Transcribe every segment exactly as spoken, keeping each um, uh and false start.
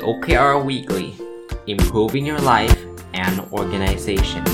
โอ เค อาร์ Weekly Improving Your Life and Organization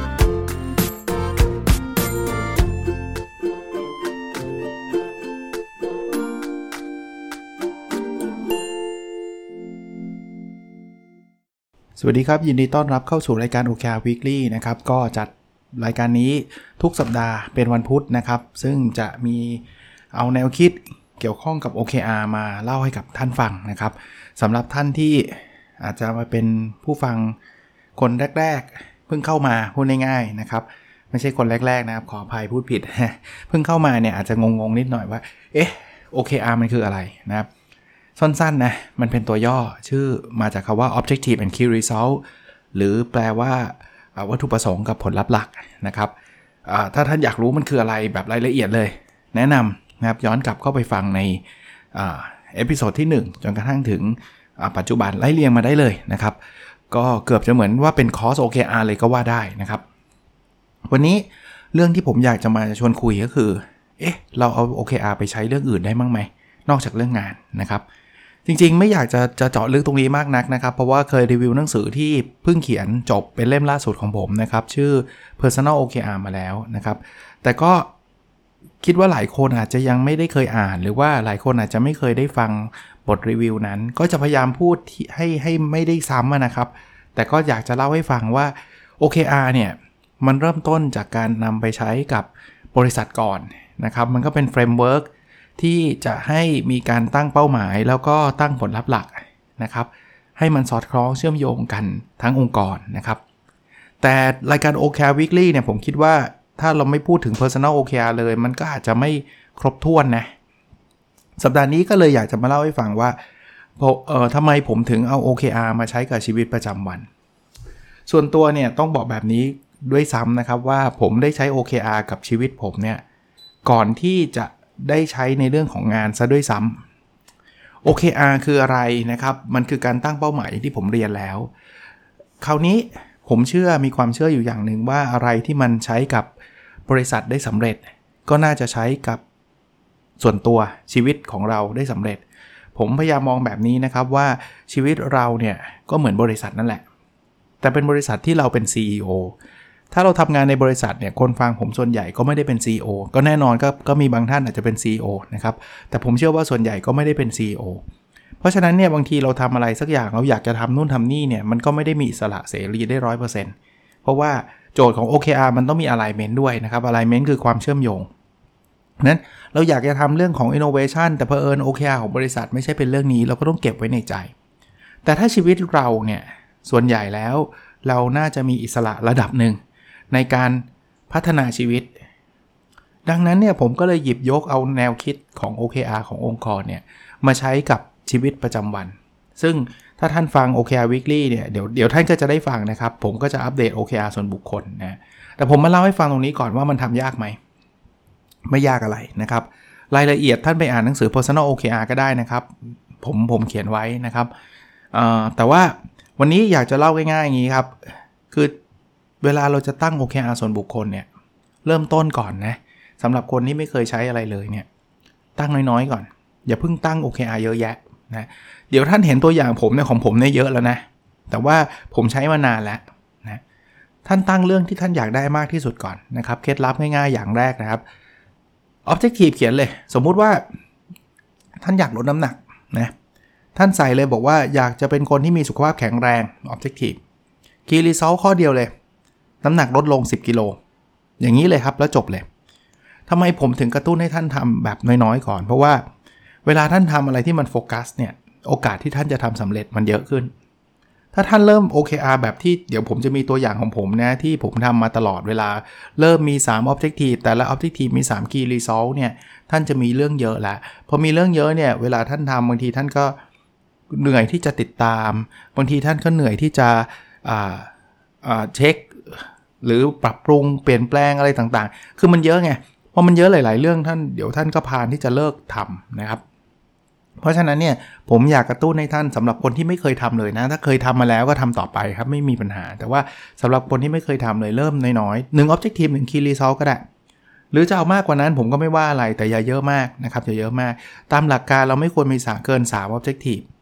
สวัสดีครับยินดีต้อนรับเข้าสู่รายการ โอ เค อาร์ Weekly นะครับก็จัดรายการนี้ทุกสัปดาห์เป็นวันพุธนะครับซึ่งจะมีเอาแนวคิดเกี่ยวข้องกับ โอ เค อาร์ มาเล่าให้กับท่านฟังนะครับสำหรับท่านที่อาจจะมาเป็นผู้ฟังคนแรกๆเพิ่งเข้ามาพูดง่ายๆนะครับไม่ใช่คนแรกๆนะครับขออภัยพูดผิด เพิ่งเข้ามาเนี่ยอาจจะงงๆนิดหน่อยว่าเอ๊ะ โอ เค อาร์ มันคืออะไรนะครับสั้นๆนะมันเป็นตัวย่อชื่อมาจากคำว่า Objective and Key Result หรือแปลว่าวัตถุประสงค์กับผลลัพธ์หลักนะครับถ้าท่านอยากรู้มันคืออะไรแบบรายละเอียดเลยแนะนำนะครับย้อนกลับเข้าไปฟังในเอพิโซดที่หนึ่งจนกระทั่งถึงปัจจุบันไล่เรียงมาได้เลยนะครับก็เกือบจะเหมือนว่าเป็นคอร์ส โอ เค อาร์ เลยก็ว่าได้นะครับวันนี้เรื่องที่ผมอยากจะมาชวนคุยก็คือเอ๊ะเราเอา โอ เค อาร์ ไปใช้เรื่องอื่นได้มั้งไหมนอกจากเรื่องงานนะครับจริงๆไม่อยากจะจะเจาะลึกตรงนี้มากนักนะครับเพราะว่าเคยรีวิวหนังสือที่เพิ่งเขียนจบเป็นเล่มล่าสุดของผมนะครับชื่อ Personal โอ เค อาร์ มาแล้วนะครับแต่ก็คิดว่าหลายคนอาจจะยังไม่ได้เคยอ่านหรือว่าหลายคนอาจจะไม่เคยได้ฟังบทรีวิวนั้นก็จะพยายามพูดให้ให้ไม่ได้ซ้ำนะครับแต่ก็อยากจะเล่าให้ฟังว่า โอ เค อาร์ เนี่ยมันเริ่มต้นจากการนำไปใช้กับบริษัทก่อนนะครับมันก็เป็นเฟรมเวิร์คที่จะให้มีการตั้งเป้าหมายแล้วก็ตั้งผลลัพธ์หลักนะครับให้มันสอดคล้องเชื่อมโยงกันทั้งองค์กรนะครับแต่รายการ โอ เค อาร์ Weekly เนี่ยผมคิดว่าถ้าเราไม่พูดถึง Personal โอ เค อาร์ เลยมันก็อาจจะไม่ครบถ้วนนะสัปดาห์นี้ก็เลยอยากจะมาเล่าให้ฟังว่าเอ่อทำไมผมถึงเอา โอ เค อาร์ มาใช้กับชีวิตประจำวันส่วนตัวเนี่ยต้องบอกแบบนี้ด้วยซ้ำนะครับว่าผมได้ใช้ โอ เค อาร์ กับชีวิตผมเนี่ยก่อนที่จะได้ใช้ในเรื่องของงานซะด้วยซ้ำ โอ เค อาร์ คืออะไรนะครับมันคือการตั้งเป้าหมายที่ผมเรียนแล้วคราวนี้ผมเชื่อมีความเชื่ออยู่อย่างหนึ่งว่าอะไรที่มันใช้กับบริษัทได้สำเร็จก็น่าจะใช้กับส่วนตัวชีวิตของเราได้สำเร็จผมพยายามมองแบบนี้นะครับว่าชีวิตเราเนี่ยก็เหมือนบริษัทนั่นแหละแต่เป็นบริษัทที่เราเป็น ซี อี โอ ถ้าเราทำงานในบริษัทเนี่ยคนฟังผมส่วนใหญ่ก็ไม่ได้เป็น ซี อี โอ ก็แน่นอนก็ก็มีบางท่านอาจจะเป็น ซี อี โอ นะครับแต่ผมเชื่อว่าส่วนใหญ่ก็ไม่ได้เป็น ซี อี โอ เพราะฉะนั้นเนี่ยบางทีเราทำอะไรสักอย่างเราอยากจะทำนู่นทำนี่เนี่ยมันก็ไม่ได้มีอิสระเสรีได้ ร้อยเปอร์เซ็นต์ เพราะว่าโจทย์ของ โอ เค อาร์ มันต้องมี alignment ด้วยนะครับ alignment คือความเชื่อมโยงนั้นเราอยากจะทำเรื่องของ innovation แต่เผอิญ โอ เค อาร์ ของบริษัทไม่ใช่เป็นเรื่องนี้เราก็ต้องเก็บไว้ในใจแต่ถ้าชีวิตเราเนี่ยส่วนใหญ่แล้วเราน่าจะมีอิสระระดับหนึ่งในการพัฒนาชีวิตดังนั้นเนี่ยผมก็เลยหยิบยกเอาแนวคิดของ โอ เค อาร์ ขององค์กรเนี่ยมาใช้กับชีวิตประจำวันซึ่งถ้าท่านฟัง โอ เค อาร์ Weekly เนี่ยเดี๋ยวเดี๋ยวท่านก็จะได้ฟังนะครับผมก็จะอัปเดต โอ เค อาร์ ส่วนบุคคลนะแต่ผมมาเล่าให้ฟังตรงนี้ก่อนว่ามันทำยากไหมไม่ยากอะไรนะครับรายละเอียดท่านไปอ่านหนังสือ Personal โอ เค อาร์ ก็ได้นะครับผมผมเขียนไว้นะครับแต่ว่าวันนี้อยากจะเล่าง่ายๆอย่างนี้ครับคือเวลาเราจะตั้ง โอ เค อาร์ ส่วนบุคคลเนี่ยเริ่มต้นก่อนนะสำหรับคนที่ไม่เคยใช้อะไรเลยเนี่ยตั้งน้อยๆก่อนอย่าเพิ่งตั้ง โอ เค อาร์ เยอะแยะนะเดี๋ยวท่านเห็นตัวอย่างผมเนี่ยของผมเนี่ยเยอะแล้วนะแต่ว่าผมใช้มานานแล้วนะท่านตั้งเรื่องที่ท่านอยากได้มากที่สุดก่อนนะครับเคล็ดลับง่ายๆอย่างแรกนะครับ Objective เขียนเลยสมมุติว่าท่านอยากลดน้ำหนักนะท่านใส่เลยบอกว่าอยากจะเป็นคนที่มีสุขภาพแข็งแรง Objective Key Result ข้อเดียวเลยน้ำหนักลดลงสิบกิโลอย่างนี้เลยครับแล้วจบเลยทำไมผมถึงกระตุ้นให้ท่านทำแบบน้อยๆก่อนเพราะว่าเวลาท่านทำอะไรที่มันโฟกัสเนี่ยโอกาสที่ท่านจะทำสำเร็จมันเยอะขึ้นถ้าท่านเริ่ม โอ เค อาร์ แบบที่เดี๋ยวผมจะมีตัวอย่างของผมนะที่ผมทำมาตลอดเวลาเริ่มมีสาม Objective แต่ละ Objective มีสาม Key Result เนี่ยท่านจะมีเรื่องเยอะแล้วพอมีเรื่องเยอะเนี่ยเวลาท่านทำบางทีท่านก็เหนื่อยที่จะติดตามบางทีท่านก็เหนื่อยที่จะอ่าอ่าเช็คหรือปรับปรุงเปลี่ยนแปลงอะไรต่างๆคือมันเยอะไงพอมันเยอะหลายๆเรื่องท่านเดี๋ยวท่านก็พานที่จะเลิกทำนะครับเพราะฉะนั้นเนี่ยผมอยากกระตุ้นให้ท่านสำหรับคนที่ไม่เคยทำเลยนะถ้าเคยทำมาแล้วก็ทำต่อไปครับไม่มีปัญหาแต่ว่าสำหรับคนที่ไม่เคยทำเลยเริ่มน้อยๆหนึ่ง Objective หนึ่ง Key Result ก็ได้หรือจะเอามากกว่านั้นผมก็ไม่ว่าอะไรแต่อย่าเยอะมากนะครับอย่าเยอะมากตามหลักการเราไม่ควรมีเกินสาม Objective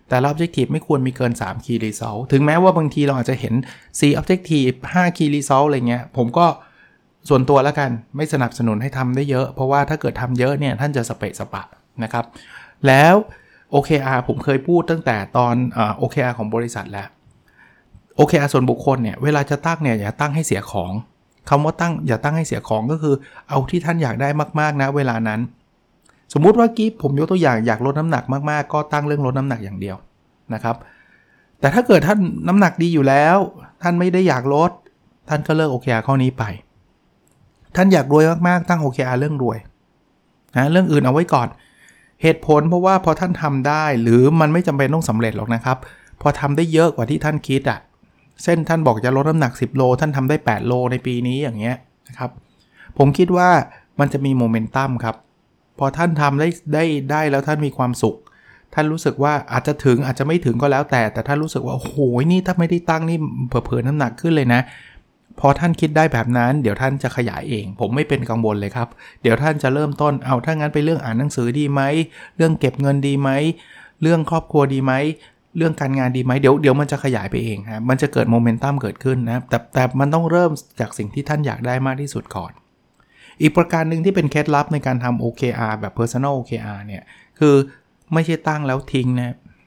แต่ละ objective ไม่ควรมีเกินสาม key result ถึงแม้ว่าบางทีเราอาจจะเห็นสี่ objective ห้า key result อะไรเงี้ยผมก็ส่วนตัวแล้วกันไม่สนับสนุนให้ทำได้เยอะเพราะว่าถ้าเกิดทำเยอะเนี่ยท่านจะสเปะสปะนะครับแล้ว โอ เค อาร์ ผมเคยพูดตั้งแต่ตอนเอ่อ โอ เค อาร์ ของบริษัทแล้ว โอ เค อาร์ ส่วนบุคคลเนี่ยเวลาจะตั้งเนี่ยอย่าตั้งให้เสียของคำว่าตั้งอย่าตั้งให้เสียของก็คือเอาที่ท่านอยากได้มากๆนะเวลานั้นสมมุติว่ากิ๊บผมยกตัวอย่างอยากลดน้ำหนักมากๆก็ตั้งเรื่องลดน้ำหนักอย่างเดียวนะครับแต่ถ้าเกิดท่านน้ำหนักดีอยู่แล้วท่านไม่ได้อยากลดท่านก็เลิก โอ เค อาร์ ข้อนี้ไปท่านอยากรวยมากๆตั้ง โอ เค อาร์ เรื่องรวยนะเรื่องอื่นเอาไว้ก่อนเหตุผลเพราะว่าพอท่านทำได้หรือมันไม่จำเป็นต้องสำเร็จหรอกนะครับพอทำได้เยอะกว่าที่ท่านคิดอ่ะเส้นท่านบอกจะลดน้ำหนักสิบโลท่านทำได้แปดโลในปีนี้อย่างเงี้ยนะครับผมคิดว่ามันจะมีโมเมนตัมครับพอท่านทำได้ได้ได้แล้วท่านมีความสุขท่านรู้สึกว่าอาจจะถึงอาจจะไม่ถึงก็แล้วแต่แต่ท่านรู้สึกว่าโอ้โหนี่ถ้าไม่ได้ตั้งนี่เผลอๆน้ำหนักขึ้นเลยนะพอท่านคิดได้แบบนั้นเดี๋ยวท่านจะขยายเองผมไม่เป็นกังวลเลยครับเดี๋ยวท่านจะเริ่มต้นเอาถ้างั้นไปเรื่องอ่านหนังสือดีไหมเรื่องเก็บเงินดีไหมเรื่องครอบครัวดีไหมเรื่องการงานดีไหมเดี๋ยวเดี๋ยวมันจะขยายไปเองฮะมันจะเกิดโมเมนตัมเกิดขึ้นนะแต่แต่มันต้องเริ่มจากสิ่งที่ท่านอยากได้มากที่สุดก่อนอีกประการหนึ่งที่เป็นเคล็ดลับในการทำ โอ เค อาร์ แบบ Personal โอ เค อาร์ เนี่ยคือไม่ใช่ตั้งแล้วทิ้งนะ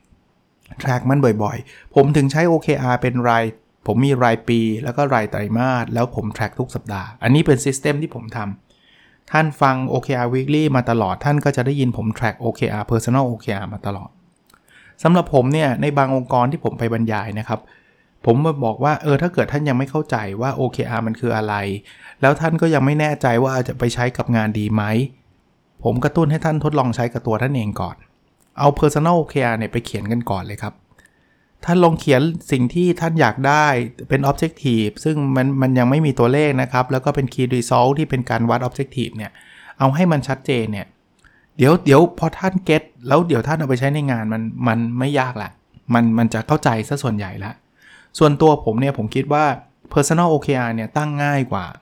track มันบ่อยๆผมถึงใช้ โอ เค อาร์ เป็นรายผมมีรายปีแล้วก็รายไตรมาสแล้วผม track ทุกสัปดาห์อันนี้เป็น system ที่ผมทำท่านฟัง โอ เค อาร์ Weekly มาตลอดท่านก็จะได้ยินผม track โอ เค อาร์ Personal โอ เค อาร์ มาตลอดสำหรับผมเนี่ยในบางองค์กรที่ผมไปบรรยายนะครับผมมาบอกว่าเออถ้าเกิดท่านยังไม่เข้าใจว่า โอ เค อาร์ มันคืออะไรแล้วท่านก็ยังไม่แน่ใจว่าจะไปใช้กับงานดีไหมผมกระตุ้นให้ท่านทดลองใช้กับตัวท่านเองก่อนเอา Personal โอ เค อาร์ เนี่ยไปเขียนกันก่อนเลยครับท่านลองเขียนสิ่งที่ท่านอยากได้เป็น Objective ซึ่งมันมันยังไม่มีตัวเลขนะครับแล้วก็เป็น Key Result ที่เป็นการวัด Objective เนี่ยเอาให้มันชัดเจนเนี่ยเดี๋ยวเดี๋ยวพอท่านเก็ตแล้วเดี๋ยวท่านเอาไปใช้ในงานมันมันไม่ยากละมันมันจะเข้าใจซะส่วนใหญ่ละส่วนตัวผมเนี่ยผมคิดว่า Personal โอ เค อาร์ เนี่ยตั้งง่ายกว่า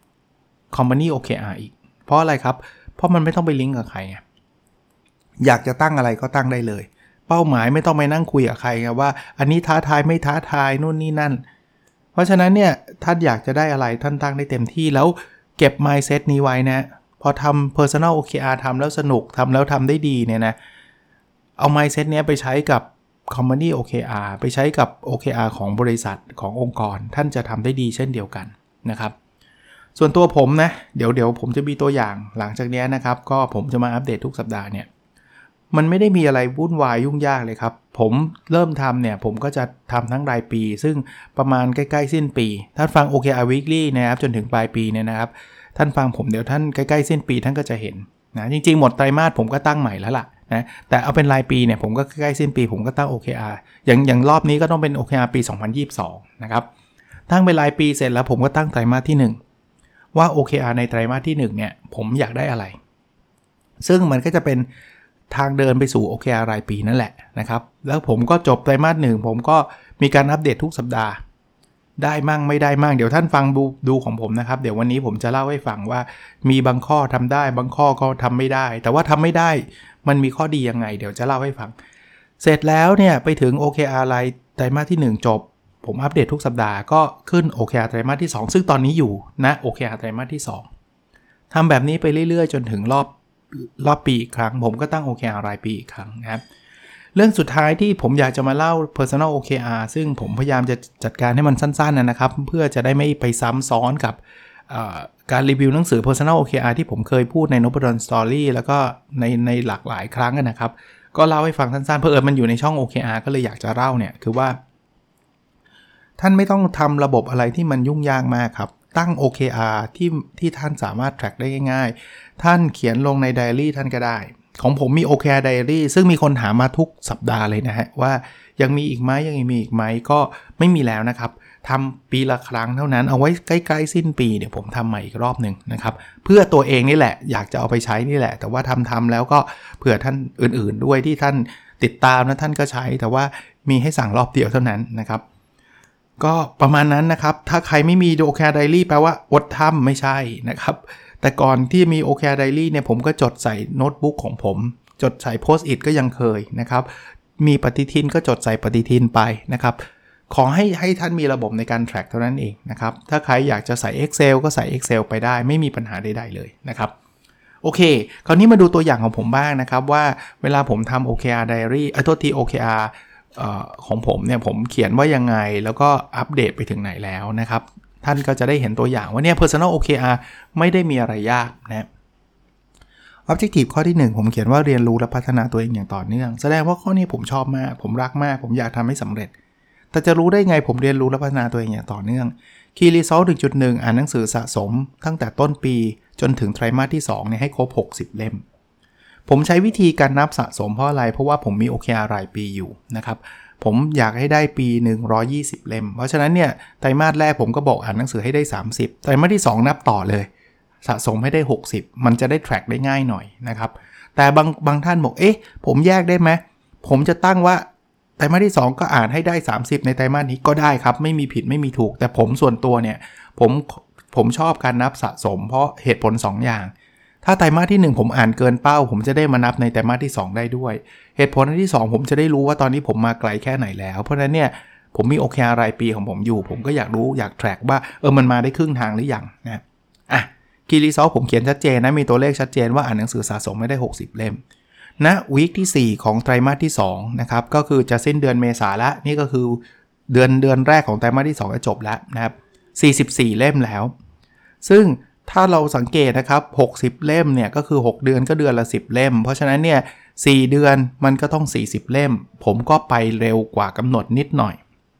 Company โอ เค อาร์ อีกเพราะอะไรครับเพราะมันไม่ต้องไปลิงก์กับใครอยากจะตั้งอะไรก็ตั้งได้เลยเป้าหมายไม่ต้องไปนั่งคุยกับใครครับว่าอันนี้ท้าทายไม่ท้าทายนู่นนี่นั่นเพราะฉะนั้นเนี่ยท่านอยากจะได้อะไรท่านตั้งได้เต็มที่แล้วเก็บ mindset นี้ไว้นะพอทำ Personal โอ เค อาร์ ทำแล้วสนุกทำแล้วทำได้ดีเนี่ยนะเอา mindset เนี้ยไปใช้กับ Company โอ เค อาร์ ไปใช้กับ โอ เค อาร์ ของบริษัทขององค์กรท่านจะทำได้ดีเช่นเดียวกันนะครับส่วนตัวผมนะเดี๋ยวเดี๋ยวผมจะมีตัวอย่างหลังจากนี้นะครับก็ผมจะมาอัปเดตทุกสัปดาห์เนี่ยมันไม่ได้มีอะไรวุ่นวายยุ่งยากเลยครับผมเริ่มทำเนี่ยผมก็จะทำทั้งรายปีซึ่งประมาณใกล้ๆสิ้นปีท่านฟัง โอ เค อาร์ Weekly นะครับจนถึงปลายปีเนี่ยนะครับท่านฟังผมเดี๋ยวท่านใกล้ๆสิ้นปีท่านก็จะเห็นนะจริงๆหมดไตรมาสผมก็ตั้งใหม่แล้วล่ะนะแต่เอาเป็นรายปีเนี่ยผมก็ใกล้ๆสิ้นปีผมก็ตั้ง โอ เค อาร์ อย่างอย่างรอบนี้ก็ต้องเป็น โอ เค อาร์ ปีสองพันยี่สิบสองนะครับตั้งเป็นรายปีเสร็จแล้วผมก็ตั้งไตรมาสที่หนึ่งว่า โอ เค อาร์ ในไตรมาสที่หนึ่งเนี่ยผมอยากได้อะไรซึ่งมันก็จะเป็นทางเดินไปสู่ โอ เค อาร์ รายปีนั่นแหละนะครับแล้วผมก็จบไตรมาสหนึ่งผมก็มีการอัปเดตทุกสัปดาห์ได้มั่งไม่ได้มั่งเดี๋ยวท่านฟังดูดูของผมนะครับเดี๋ยววันนี้ผมจะเล่าให้ฟังว่ามีบางข้อทำได้บางข้อก็ทำไม่ได้แต่ว่าทำไม่ได้มันมีข้อดียังไงเดี๋ยวจะเล่าให้ฟังเสร็จแล้วเนี่ยไปถึง โอ เค อาร์ รายไตรมาสที่หนึ่งจบผมอัปเดตทุกสัปดาห์ก็ขึ้น โอ เค อาร์ ไตรมาสที่สองซึ่งตอนนี้อยู่นะ โอ เค อาร์ ไตรมาสที่สองทำแบบนี้ไปเรื่อยๆจนถึงรอบรอบปีอีกครั้งผมก็ตั้ง โอ เค อาร์ รายปีอีกครั้งนะครับเรื่องสุดท้ายที่ผมอยากจะมาเล่า Personal โอ เค อาร์ ซึ่งผมพยายามจะจัดการให้มันสั้นๆนะครับเพื่อจะได้ไม่ไปซ้ำซ้อนกับการรีวิวหนังสือ Personal โอ เค อาร์ ที่ผมเคยพูดใน Nobodon Story แล้วก็ในในหลากหลายครั้งนะครับก็เล่าให้ฟังสั้นๆเพื่อเออมันอยู่ในช่อง โอ เค อาร์ ก็เลยอยากจะเล่าเนี่ยคือว่าท่านไม่ต้องทำระบบอะไรที่มันยุ่งยากมากครับตั้ง โอ เค อาร์ ที่ที่ท่านสามารถ track ได้ง่ายๆท่านเขียนลงในไดอารี่ท่านก็ได้ของผมมี โอ เค อาร์ Diary ซึ่งมีคนถามมาทุกสัปดาห์เลยนะฮะว่ายังมีอีกไหมยังมีอีกไหมก็ไม่มีแล้วนะครับทำปีละครั้งเท่านั้นเอาไว้ใกล้ๆสิ้นปีเดี๋ยวผมทำใหม่อีกรอบนึงนะครับเพื่อตัวเองนี่แหละอยากจะเอาไปใช้นี่แหละแต่ว่าทำทำแล้วก็เผื่อท่านอื่นๆด้วยที่ท่านติดตามนะท่านก็ใช้แต่ว่ามีให้สั่งรอบเดียวเท่านั้นนะครับก็ประมาณนั้นนะครับถ้าใครไม่มี โอ เค อาร์ Diary แปลว่าอดทำไม่ใช่นะครับแต่ก่อนที่มี โอ เค อาร์ Diary เนี่ยผมก็จดใส่โน้ตบุ๊กของผมจดใส่ Post-it ก็ยังเคยนะครับมีปฏิทินก็จดใส่ปฏิทินไปนะครับขอให้ให้ท่านมีระบบในการ track เท่านั้นเองนะครับถ้าใครอยากจะใส่ Excel ก็ใส่ Excel ไปได้ไม่มีปัญหาใดๆเลยนะครับโอเคคราวนี้มาดูตัวอย่างของผมบ้างนะครับว่าเวลาผมทำ โอ เค อาร์ Diary เอ้ยโทษที โอ เค อาร์ เอ่อของผมเนี่ยผมเขียนว่ายังไงแล้วก็อัปเดตไปถึงไหนแล้วนะครับท่านก็จะได้เห็นตัวอย่างว่าเนี่ย Personal โอ เค อาร์ ไม่ได้มีอะไรยากนะ Objective ข้อที่หนึ่งผมเขียนว่าเรียนรู้และพัฒนาตัวเองอย่างต่อเนื่องแสดงว่าข้อนี้ผมชอบมากผมรักมากผมอยากทำให้สำเร็จแต่จะรู้ได้ไงผมเรียนรู้และพัฒนาตัวเองอย่างต่อเนื่อง Key Result หนึ่งจุดหนึ่ง อ่านหนังสือสะสมตั้งแต่ต้นปีจนถึงไตรมาสที่สองเนี่ยให้ครบหกสิบเล่มผมใช้วิธีการนับสะสมเพราะอะไรเพราะว่าผมมี โอ เค อาร์ รายปีอยู่นะครับผมอยากให้ได้ปีหนึ่งหนึ่งร้อยยี่สิบเล่มเพราะฉะนั้นเนี่ยไตรมาสแรกผมก็บอกอ่านหนังสือให้ได้สามสิบไตรมาสที่สองนับต่อเลยสะสมให้ได้หกสิบมันจะได้ track ได้ง่ายหน่อยนะครับแต่บางบางท่านบอกเอ๊ะผมแยกได้ไหมผมจะตั้งว่าไตรมาสที่สองก็อ่านให้ได้สามสิบในไตรมาสนี้ก็ได้ครับไม่มีผิดไม่มีถูกแต่ผมส่วนตัวเนี่ยผมผมชอบการนับสะสมเพราะเหตุผลสองอย่างถ้าไตรมาสที่หนึ่งผมอ่านเกินเป้าผมจะได้มานับในไตรมาสที่สองได้ด้วยเหตุผลอันที่สองผมจะได้รู้ว่าตอนนี้ผมมาไกลแค่ไหนแล้วเพราะฉะนั้นเนี่ยผมมี โอ เค อาร์ รายปีของผมอยู่ผมก็อยากรู้อยาก track ว่าเออมันมาได้ครึ่งทางหรือยังนะอ่ะKey Result ผมเขียนชัดเจนนะมีตัวเลขชัดเจนว่าอ่านหนังสือสะสมไม่ได้หกสิบเล่มณวีคที่สี่ของไตรมาสที่สองนะครับก็คือจะสิ้นเดือนเมษาแล้วนี่ก็คือเดือนเดือนแรกของไตรมาสที่สองจะจบแล้วนะครับสี่สิบสี่เล่มแล้วซึ่งถ้าเราสังเกตนะครับหกสิบเล่มเนี่ยก็คือหกเดือนก็เดือนละสิบเล่มเพราะฉะนั้นเนี่ยสี่เดือนมันก็ต้องสี่สิบเล่มผมก็ไปเร็วกว่ากำหนดนิดหน่อย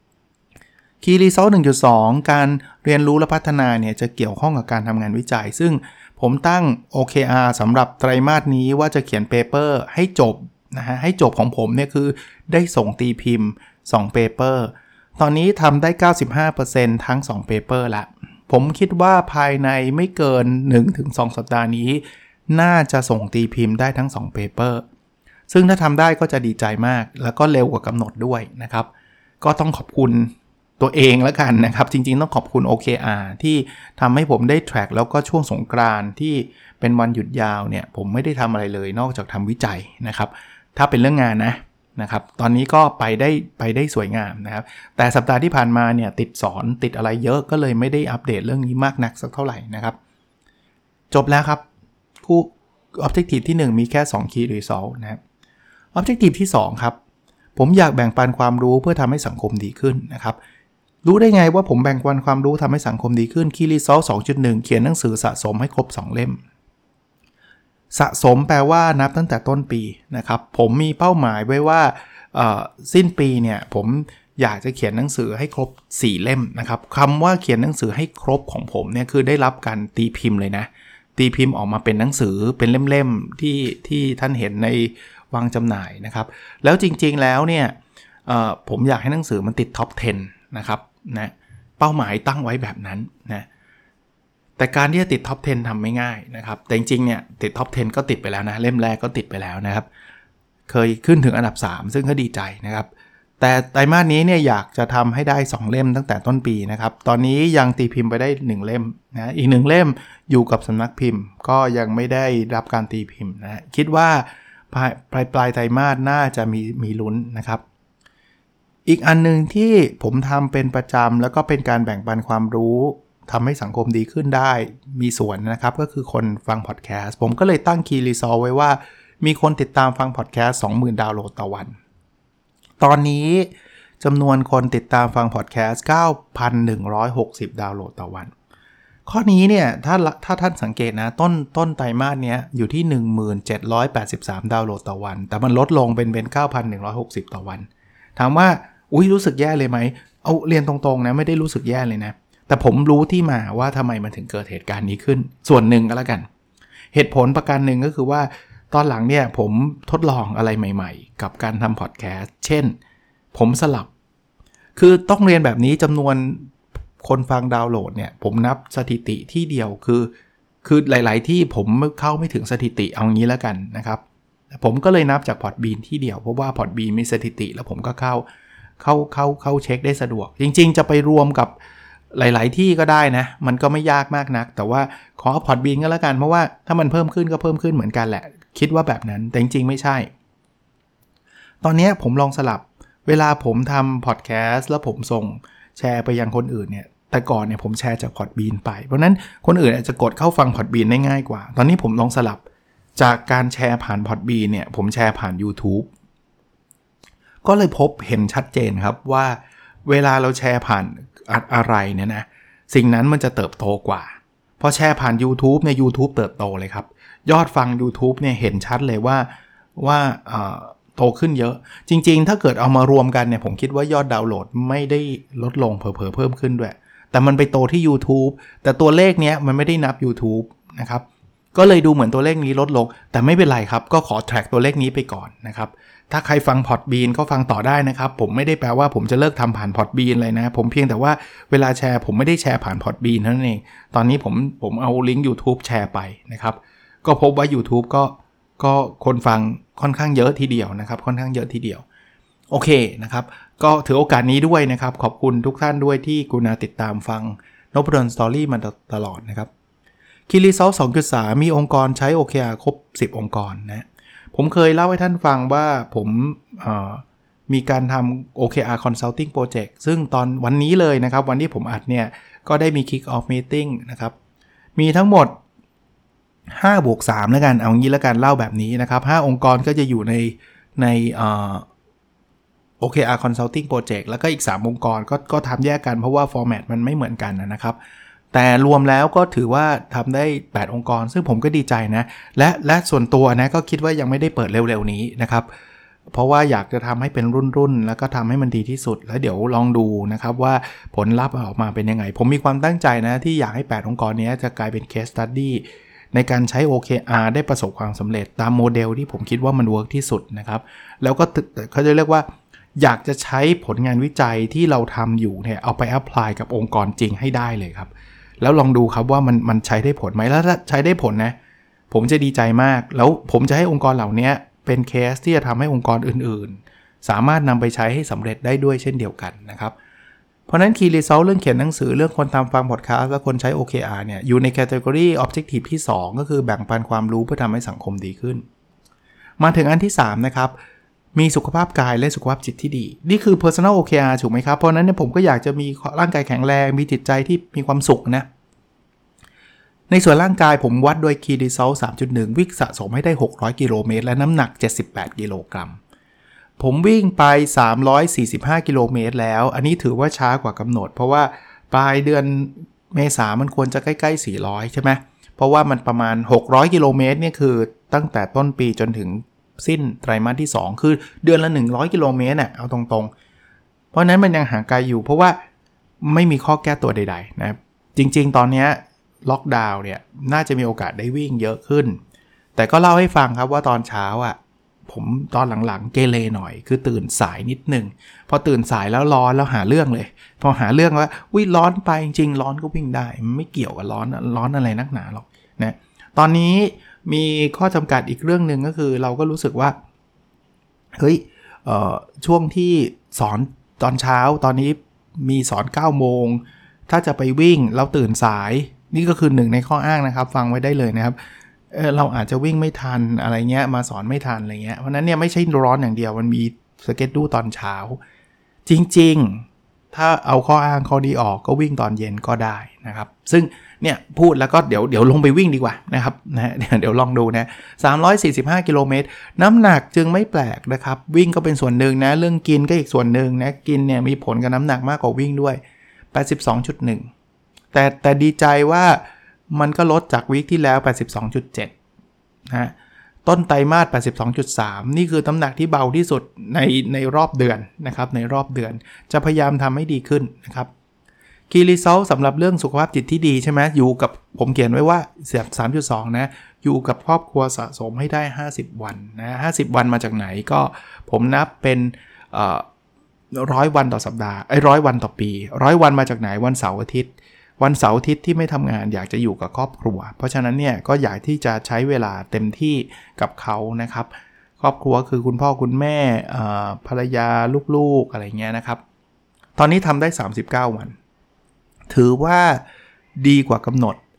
Key Result หนึ่งจุดสอง การเรียนรู้และพัฒนาเนี่ยจะเกี่ยวข้องกับการทำงานวิจัยซึ่งผมตั้ง โอ เค อาร์ สำหรับไตรมาสนี้ว่าจะเขียนเปเปอร์ให้จบนะฮะให้จบของผมเนี่ยคือได้ส่งตีพิมพ์สองเปเปอร์ตอนนี้ทำได้ เก้าสิบห้าเปอร์เซ็นต์ ทั้งสองเปเปอร์ละผมคิดว่าภายในไม่เกิน หนึ่งถึงสอง สัปดาห์นี้น่าจะส่งตีพิมพ์ได้ทั้งสองเปเปอร์ซึ่งถ้าทำได้ก็จะดีใจมากแล้วก็เร็วกว่ากำหนดด้วยนะครับก็ต้องขอบคุณตัวเองแล้วกันนะครับจริงๆต้องขอบคุณ โอ เค อาร์ ที่ทำให้ผมได้ track แล้วก็ช่วงสงกรานต์ที่เป็นวันหยุดยาวเนี่ยผมไม่ได้ทำอะไรเลยนอกจากทำวิจัยนะครับถ้าเป็นเรื่องงานนะนะครับตอนนี้ก็ไปได้ไปได้สวยงามนะครับแต่สัปดาห์ที่ผ่านมาเนี่ยติดสอนติดอะไรเยอะก็เลยไม่ได้อัปเดตเรื่องนี้มากนักสักเท่าไหร่นะครับจบแล้วครับคู่ Objective ที่หนึ่งมีแค่สอง Key Result นะครับ Objective ที่สองครับผมอยากแบ่งปันความรู้เพื่อทำให้สังคมดีขึ้นนะครับรู้ได้ไงว่าผมแบ่งปันความรู้ทำให้สังคมดีขึ้น Key Result สองจุดหนึ่ง เขียนหนังสือสะสมให้ครบสองเล่มสะสมแปลว่านับตั้งแต่ต้นปีนะครับผมมีเป้าหมายไว้ว่าสิ้นปีเนี่ยผมอยากจะเขียนหนังสือให้ครบสี่เล่มนะครับคำว่าเขียนหนังสือให้ครบของผมเนี่ยคือได้รับการตีพิมพ์เลยนะตีพิมพ์ออกมาเป็นหนังสือเป็นเล่มๆที่ที่ท่านเห็นในวางจำหน่ายนะครับแล้วจริงๆแล้วเนี่ยผมอยากให้หนังสือมันติดท็อปสิบนะครับนะเป้าหมายตั้งไว้แบบนั้นนะแต่การที่จะติดท็อปสิบทำไม่ง่ายนะครับแต่จริงๆเนี่ยติดท็อปสิบก็ติดไปแล้วนะเล่มแรกก็ติดไปแล้วนะครับเคยขึ้นถึงอันดับสามซึ่งก็ดีใจนะครับแต่ไตรมาสนี้เนี่ยอยากจะทำให้ได้สองเล่มตั้งแต่ต้นปีนะครับตอนนี้ยังตีพิมพ์ไปได้หนึ่งเล่มนะอีกหนึ่งเล่มอยู่กับสำนักพิมพ์ก็ยังไม่ได้รับการตีพิมพ์นะคิดว่าปลายปลายปลายไตรมาสน่าจะมีมีลุ้นนะครับอีกอันนึงที่ผมทำเป็นประจำแล้วก็เป็นการแบ่งปันความรู้ทำให้สังคมดีขึ้นได้มีส่วนนะครับก็คือคนฟังพอดแคสต์ผมก็เลยตั้ง Key Result ไว้ว่ามีคนติดตามฟังพอดแคสต์ สองหมื่น ดาวน์โหลดต่อวันตอนนี้จำนวนคนติดตามฟังพอดแคสต์ เก้าพันหนึ่งร้อยหกสิบ ดาวน์โหลดต่อวันข้อนี้เนี่ยถ้าถ้าท่านสังเกตนะต้นต้นไตรมาสเนี้ยอยู่ที่ หนึ่งพันเจ็ดร้อยแปดสิบสาม ดาวน์โหลดต่อวันแต่มันลดลงเป็นเป็น เก้าพันหนึ่งร้อยหกสิบ ต่อวันถามว่าอุ๊ยรู้สึกแย่เลยไหมเอาเรียนตรงๆนะไม่ได้รู้สึกแย่เลยนะแต่ผมรู้ที่มาว่าทำไมมันถึงเกิดเหตุการณ์นี้ขึ้นส่วนหนึ่งก็แล้วกันเหตุผลประการหนึ่งก็คือว่าตอนหลังเนี่ยผมทดลองอะไรใหม่ๆกับการทำพอดแคสต์เช่นผมสลับคือต้องเรียนแบบนี้จำนวนคนฟังดาวน์โหลดเนี่ยผมนับสถิติที่เดียวคือคือหลายๆที่ผมเข้าไม่ถึงสถิติเอางี้แล้วกันนะครับผมก็เลยนับจาก Podbean ที่เดียวเพราะว่า Podbean มีสถิติแล้วผมก็เข้าเข้าเข้าเข้าเช็คได้สะดวกจริงๆจะไปรวมกับหลายๆที่ก็ได้นะมันก็ไม่ยากมากนักแต่ว่าขอ Podbean ก็แล้วกันเพราะว่าถ้ามันเพิ่มขึ้นก็เพิ่มขึ้นเหมือนกันแหละคิดว่าแบบนั้นแต่จริงๆไม่ใช่ตอนนี้ผมลองสลับเวลาผมทำพอดแคสต์แล้วผมส่งแชร์ไปยังคนอื่นเนี่ยแต่ก่อนเนี่ยผมแชร์จาก Podbean ไปเพราะนั้นคนอื่นอาจจะกดเข้าฟัง Podbean ได้ง่ายกว่าตอนนี้ผมลองสลับจากการแชร์ผ่าน Podbean เนี่ยผมแชร์ผ่าน YouTube ก็เลยพบเห็นชัดเจนครับว่าเวลาเราแชร์ผ่านอะไรเนี่ยนะสิ่งนั้นมันจะเติบโตกว่าพอแชร์ผ่าน YouTube ใน YouTube เติบโตเลยครับยอดฟัง YouTube เนี่ยเห็นชัดเลยว่าว่าเอ่อโตขึ้นเยอะจริงๆถ้าเกิดเอามารวมกันเนี่ยผมคิดว่ายอดดาวน์โหลดไม่ได้ลดลงเผลอๆเพิ่มขึ้นด้วยแต่มันไปโตที่ YouTube แต่ตัวเลขเนี้ยมันไม่ได้นับ YouTube นะครับก็เลยดูเหมือนตัวเลขนี้ลดลงแต่ไม่เป็นไรครับก็ขอแทร็กตัวเลขนี้ไปก่อนนะครับถ้าใครฟัง Podbean ก็ฟังต่อได้นะครับผมไม่ได้แปลว่าผมจะเลิกทำผ่าน Podbean เลยนะผมเพียงแต่ว่าเวลาแชร์ผมไม่ได้แชร์ผ่าน Podbean เท่านั้นเองตอนนี้ผมผมเอาลิงก์ YouTube แชร์ไปนะครับก็พบว่า YouTube ก็ก็คนฟังค่อนข้างเยอะทีเดียวนะครับค่อนข้างเยอะทีเดียวโอเคนะครับก็ถือโอกาสนี้ด้วยนะครับขอบคุณทุกท่านด้วยที่กรุณาติดตามฟังนพดลสตอรี่มาตลอดนะครับคีรีเซล สองจุดสาม มีองค์กรใช้ โอ เค อาร์ ครบสิบองค์กรนะผมเคยเล่าให้ท่านฟังว่าผมมีการทำ โอ เค อาร์ Consulting Project ซึ่งตอนวันนี้เลยนะครับวันที่ผมอัดเนี่ยก็ได้มี Kick Off Meeting นะครับมีทั้งหมดห้าบวกสามแล้วกันเอางี้แล้วกันเล่าแบบนี้นะครับห้าองค์กรก็จะอยู่ในในเอ่อ โอ เค อาร์ Consulting Project แล้วก็อีกสามองค์กรก็ก็ทำแยกกันเพราะว่า format มันไม่เหมือนกันนะครับแต่รวมแล้วก็ถือว่าทำได้แปดองค์กรซึ่งผมก็ดีใจนะและและส่วนตัวนะก็คิดว่ายังไม่ได้เปิดเร็วๆนี้นะครับเพราะว่าอยากจะทำให้เป็นรุ่นๆแล้วก็ทำให้มันดีที่สุดแล้วเดี๋ยวลองดูนะครับว่าผลลัพธ์ออกมาเป็นยังไงผมมีความตั้งใจนะที่อยากให้แปดองค์กรนี้จะกลายเป็น case study ในการใช้ โอ เค อาร์ ได้ประสบความสำเร็จตามโมเดลที่ผมคิดว่ามันเวิร์กที่สุดนะครับแล้วก็เขาจะเรียกว่าอยากจะใช้ผลงานวิจัยที่เราทำอยู่เนี่ยเอาไปแอพพลายกับองค์กรจริงให้ได้เลยครับแล้วลองดูครับว่ามันมันใช้ได้ผลไหมแล้วถ้าใช้ได้ผลนะผมจะดีใจมากแล้วผมจะให้องค์กรเหล่านี้เป็นเคสที่จะทำให้องค์กรอื่นๆสามารถนำไปใช้ให้สำเร็จได้ด้วยเช่นเดียวกันนะครับเพราะนั้น Key Result เรื่องเขียนหนังสือเรื่องคนทำฟังพอดคาสต์และคนใช้ โอ เค อาร์ เนี่ยอยู่ใน Category Objective ที่สองก็คือแบ่งปันความรู้เพื่อทำให้สังคมดีขึ้นมาถึงอันที่สามนะครับมีสุขภาพกายและสุขภาพจิตที่ดีนี่คือ Personal โอ เค อาร์ ถูกไหมครับเพราะนั้นเนี่ยผมก็อยากจะมีร่างกายแข็งแรงมีจิตใจที่มีความสุขนะในส่วนร่างกายผมวัดโดย Key Result สามจุดหนึ่ง วิ่งสะสมให้ได้หกร้อยกิโลเมตรและน้ำหนักเจ็ดสิบแปดกิโลกรัมผมวิ่งไปสามร้อยสี่สิบห้ากิโลเมตรแล้วอันนี้ถือว่าช้ากว่ากำหนดเพราะว่าปลายเดือนเมษายนมันควรจะใกล้ๆสี่ร้อยใช่ไหมเพราะว่ามันประมาณหกร้อยกิโลเมตรเนี่ยคือตั้งแต่ต้นปีจนถึงสิ้นไตรมาสที่สองคือเดือนละหนึ่งร้อยกิโลเมตรน่ะเอาตรงๆเพราะนั้นมันยังห่างไกลอยู่เพราะว่าไม่มีข้อแก้ตัวใดๆนะจริงๆตอนนี้ล็อกดาวน์เนี่ยน่าจะมีโอกาสได้วิ่งเยอะขึ้นแต่ก็เล่าให้ฟังครับว่าตอนเช้าอ่ะผมตอนหลังๆเกเรหน่อยคือตื่นสายนิดนึงพอตื่นสายแล้วร้อนแล้วหาเรื่องเลยพอหาเรื่องว่าวิ่งร้อนไปจริงๆร้อนก็วิ่งได้มันไม่เกี่ยวกับร้อนร้อนอะไรนักหนาหรอกนะตอนนี้มีข้อจำกัดอีกเรื่องนึงก็คือเราก็รู้สึกว่าเฮ้ยเอ่อช่วงที่สอนตอนเช้าตอนนี้มีสอนเก้าโมงถ้าจะไปวิ่งเราตื่นสายนี่ก็คือหนึ่งในข้ออ้างนะครับฟังไว้ได้เลยนะครับ เออเราอาจจะวิ่งไม่ทันอะไรเงี้ยมาสอนไม่ทันอะไรเงี้ยเพราะนั้นเนี่ยไม่ใช่ร้อนอย่างเดียวมันมีสเกจดูตอนเช้าจริงๆถ้าเอาข้ออ้างข้อนี้ออกก็วิ่งตอนเย็นก็ได้นะครับซึ่งเนี่ยพูดแล้วก็เดี๋ยวเดี๋ยวลงไปวิ่งดีกว่านะครับนะเดี๋ยวลองดูนะสามร้อยสี่สิบห้ากิโลเมตรน้ำหนักจึงไม่แปลกนะครับวิ่งก็เป็นส่วนหนึ่งนะเรื่องกินก็อีกส่วนหนึ่งนะกินเนี่ยมีผลกับน้ำหนักมากกว่าวิ่งด้วย แปดสิบสองจุดหนึ่ง แต่แต่ดีใจว่ามันก็ลดจากวีคที่แล้ว แปดสิบสองจุดเจ็ด นะต้นไตรมาส แปดสิบสองจุดสาม นี่คือน้ำหนักที่เบาที่สุดในในรอบเดือนนะครับในรอบเดือนจะพยายามทำให้ดีขึ้นนะครับ Key Result สำหรับเรื่องสุขภาพจิตที่ดีใช่ไหมอยู่กับผมเขียนไว้ว่าเสียบ สามจุดสอง นะอยู่กับครอบครัวสะสมให้ได้ห้าสิบวันนะห้าสิบวันมาจากไหนก็ผมนับเป็นเอ่อหนึ่งร้อยวันต่อสัปดาห์ไอ้หนึ่งร้อยวันต่อปีหนึ่งร้อยวันมาจากไหนวันเสาร์อาทิตย์วันเสาร์อาทิตย์ที่ไม่ทำงานอยากจะอยู่กับครอบครัวเพราะฉะนั้นเนี่ยก็อยากที่จะใช้เวลาเต็มที่กับเขานะครับครอบครัวคือคุณพ่อคุณแม่ภรรยาลูกๆอะไรเงี้ยนะครับตอนนี้ทำได้สามสิบเก้าวันถือว่าดีกว่ากำหนด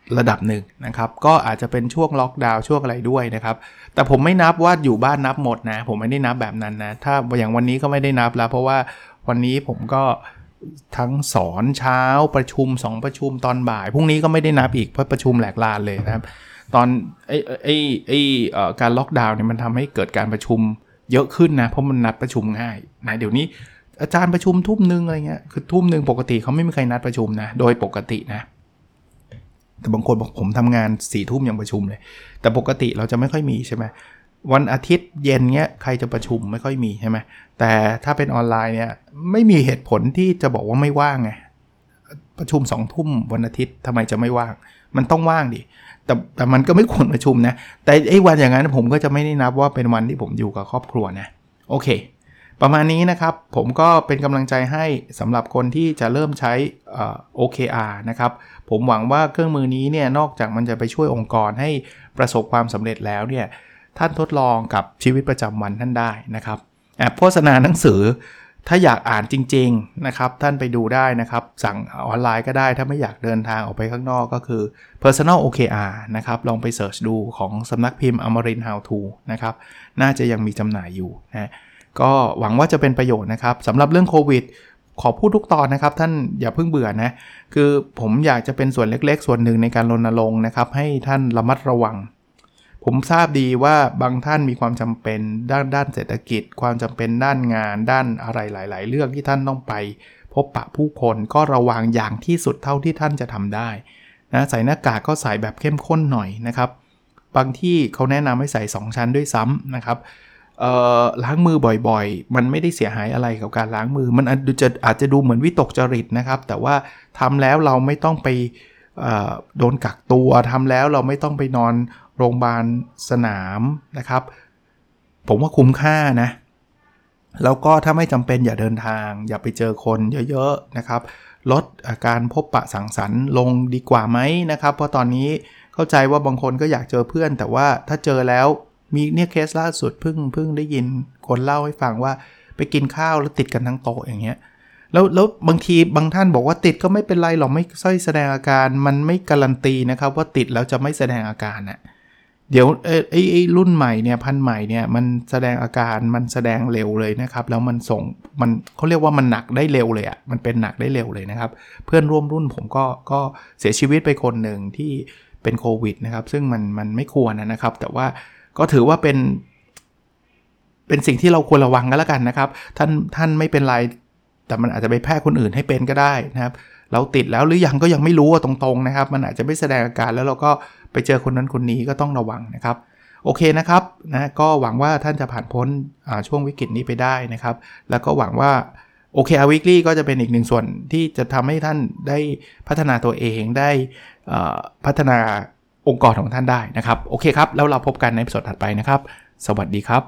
ระดับหนึ่งนะครับก็อาจจะเป็นช่วงล็อกดาวน์ช่วงอะไรด้วยนะครับแต่ผมไม่นับว่าอยู่บ้านนับหมดนะผมไม่ได้นับแบบนั้นนะถ้าอย่างวันนี้ก็ไม่ได้นับแล้วเพราะว่าวันนี้ผมก็ทั้งสอนเช้าประชุมสองประชุมตอนบ่ายพรุ่งนี้ก็ไม่ได้นับอีกเพราะประชุมแหลกลานเลยนะครับตอนไอ้ไอ้ไอ้เอ่อการล็อกดาวน์เนี่ยมันทำให้เกิดการประชุมเยอะขึ้นนะเพราะมันนัดประชุมง่ายนะเดี๋ยวนี้อาจารย์ประชุมทุ่มนึงอะไรเงี้ยคือทุ่มนึงปกติเขาไม่มีใครนัดประชุมนะโดยปกตินะแต่บางคนบอกผมทำงานสี่ทุ่มยังประชุมเลยแต่ปกติเราจะไม่ค่อยมีใช่ไหมวันอาทิตย์เย็นเงี้ยใครจะประชุมไม่ค่อยมีใช่ไหมแต่ถ้าเป็นออนไลน์เนี่ยไม่มีเหตุผลที่จะบอกว่าไม่ว่างไงประชุมสองทุ่มวันอาทิตย์ทำไมจะไม่ว่างมันต้องว่างดิแต่แต่มันก็ไม่ควรประชุมนะแต่ไอ้วันอย่างนั้นผมก็จะไม่ได้นับว่าเป็นวันที่ผมอยู่กับครอบครัวนะโอเคประมาณนี้นะครับผมก็เป็นกำลังใจให้สำหรับคนที่จะเริ่มใช้ โอ เค อาร์ นะครับผมหวังว่าเครื่องมือนี้เนี่ยนอกจากมันจะไปช่วยองค์กรให้ประสบความสำเร็จแล้วเนี่ยท่านทดลองกับชีวิตประจำวันท่านได้นะครับแอบโฆษณาหนังสือถ้าอยากอ่านจริงๆนะครับท่านไปดูได้นะครับสั่งออนไลน์ก็ได้ถ้าไม่อยากเดินทางออกไปข้างนอกก็คือ Personal โอ เค อาร์ นะครับลองไปเสิร์ชดูของสำนักพิมพ์ Amarin How To นะครับน่าจะยังมีจำหน่ายอยู่นะก็หวังว่าจะเป็นประโยชน์นะครับสำหรับเรื่องโควิดขอพูดทุกตอนนะครับท่านอย่าเพิ่งเบื่อนะคือผมอยากจะเป็นส่วนเล็กๆส่วนหนึ่งในการรณรงค์นะครับให้ท่านระมัดระวังผมทราบดีว่าบางท่านมีความจำเป็นด้านด้านเศรษฐกิจความจำเป็นด้านงานด้านอะไรหลายๆเรื่องที่ท่านต้องไปพบปะผู้คนก็ระวังอย่างที่สุดเท่าที่ท่านจะทำได้นะใส่หน้ากากก็ใส่แบบเข้มข้นหน่อยนะครับบางที่เขาแนะนำให้ใส่สองชั้นด้วยซ้ำนะครับเอ่อล้างมือบ่อยๆมันไม่ได้เสียหายอะไรกับการล้างมือมันอาจจะอาจจะดูเหมือนวิตกจริตนะครับแต่ว่าทำแล้วเราไม่ต้องไปเอ่อโดนกักตัวทำแล้วเราไม่ต้องไปนอนโรงพยาบาลสนามนะครับผมว่าคุ้มค่านะแล้วก็ถ้าไม่จำเป็นอย่าเดินทางอย่าไปเจอคนเยอะๆนะครับลดการพบปะสังสรรค์ลงดีกว่าไหมนะครับเพราะตอนนี้เข้าใจว่าบางคนก็อยากเจอเพื่อนแต่ว่าถ้าเจอแล้วมีเนี่ยเคสล่าสุดเพิ่งเพิ่งได้ยินคนเล่าให้ฟังว่าไปกินข้าวแล้วติดกันทั้งโต๊ะอย่างเงี้ยแล้วแล้วบางทีบางท่านบอกว่าติดก็ไม่เป็นไรหรอกไม่ค่อยแสดงอาการมันไม่การันตีนะครับว่าติดแล้วจะไม่แสดงอาการน่ะเดี๋ยวไอ้ไอ้รุ่นใหม่เนี่ยพันธุ์ใหม่เนี่ยมันแสดงอาการมันแสดงเร็วเลยนะครับแล้วมันส่งมันเขาเรียกว่ามันหนักได้เร็วเลยอ่ะมันเป็นหนักได้เร็วเลยนะครับเพื่อนร่วมรุ่นผมก็ก็เสียชีวิตไปคนหนึ่งที่เป็นโควิดนะครับซึ่งมันมันไม่ควรนะครับแต่ว่าก็ถือว่าเป็นเป็นสิ่งที่เราควรระวังกันแล้วกันนะครับท่านท่านไม่เป็นไรแต่มันอาจจะไปแพร่คนอื่นให้เป็นก็ได้นะครับเราติดแล้วหรือยังก็ยังไม่รู้ตรงๆนะครับมันอาจจะไม่แสดงอาการแล้วเราก็ไปเจอคนนั้นคนนี้ก็ต้องระวังนะครับโอเคนะครับนะก็หวังว่าท่านจะผ่านพ้นช่วงวิกฤตนี้ไปได้นะครับแล้วก็หวังว่าโอเคอาร์ Weekly ก็จะเป็นอีกหนึ่งส่วนที่จะทำให้ท่านได้พัฒนาตัวเองได้พัฒนาองค์กรของท่านได้นะครับโอเคครับแล้วเราพบกันในตอนถัดไปนะครับสวัสดีครับ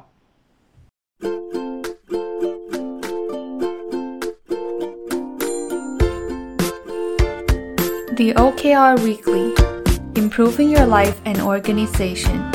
The โอ เค อาร์ Weekly Improving Your Life and Organization